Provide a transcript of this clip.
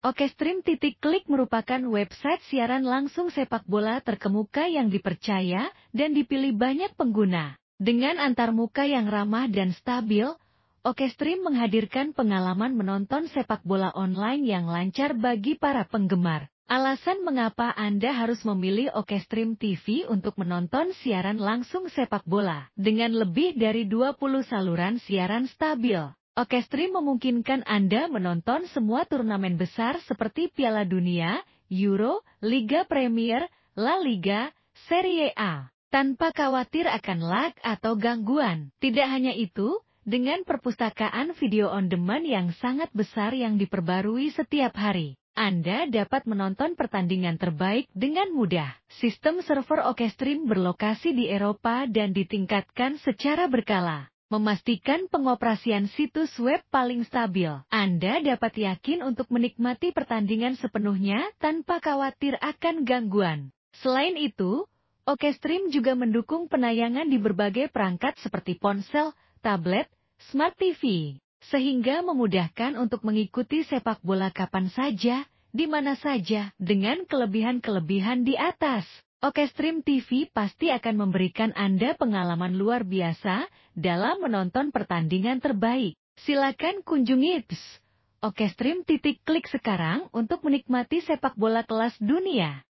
Okestream.klik merupakan website siaran langsung sepak bola terkemuka yang dipercaya dan dipilih banyak pengguna. Dengan antarmuka yang ramah dan stabil, Okestream menghadirkan pengalaman menonton sepak bola online yang lancar bagi para penggemar. Alasan mengapa Anda harus memilih Okestream TV untuk menonton siaran langsung sepak bola. Dengan lebih dari 20 saluran siaran stabil, Okestream memungkinkan Anda menonton semua turnamen besar seperti Piala Dunia, Euro, Liga Premier, La Liga, Serie A, tanpa khawatir akan lag atau gangguan. Tidak hanya itu, dengan perpustakaan video on demand yang sangat besar yang diperbarui setiap hari, Anda dapat menonton pertandingan terbaik dengan mudah. Sistem server Okestream berlokasi di Eropa dan ditingkatkan secara berkala, memastikan pengoperasian situs web paling stabil. Anda dapat yakin untuk menikmati pertandingan sepenuhnya tanpa khawatir akan gangguan. Selain itu, Okestream juga mendukung penayangan di berbagai perangkat seperti ponsel, tablet, Smart TV, sehingga memudahkan untuk mengikuti sepak bola kapan saja, di mana saja. Dengan kelebihan-kelebihan di atas, Okestream TV pasti akan memberikan Anda pengalaman luar biasa dalam menonton pertandingan terbaik. Silakan kunjungi Okestream.klik sekarang untuk menikmati sepak bola kelas dunia.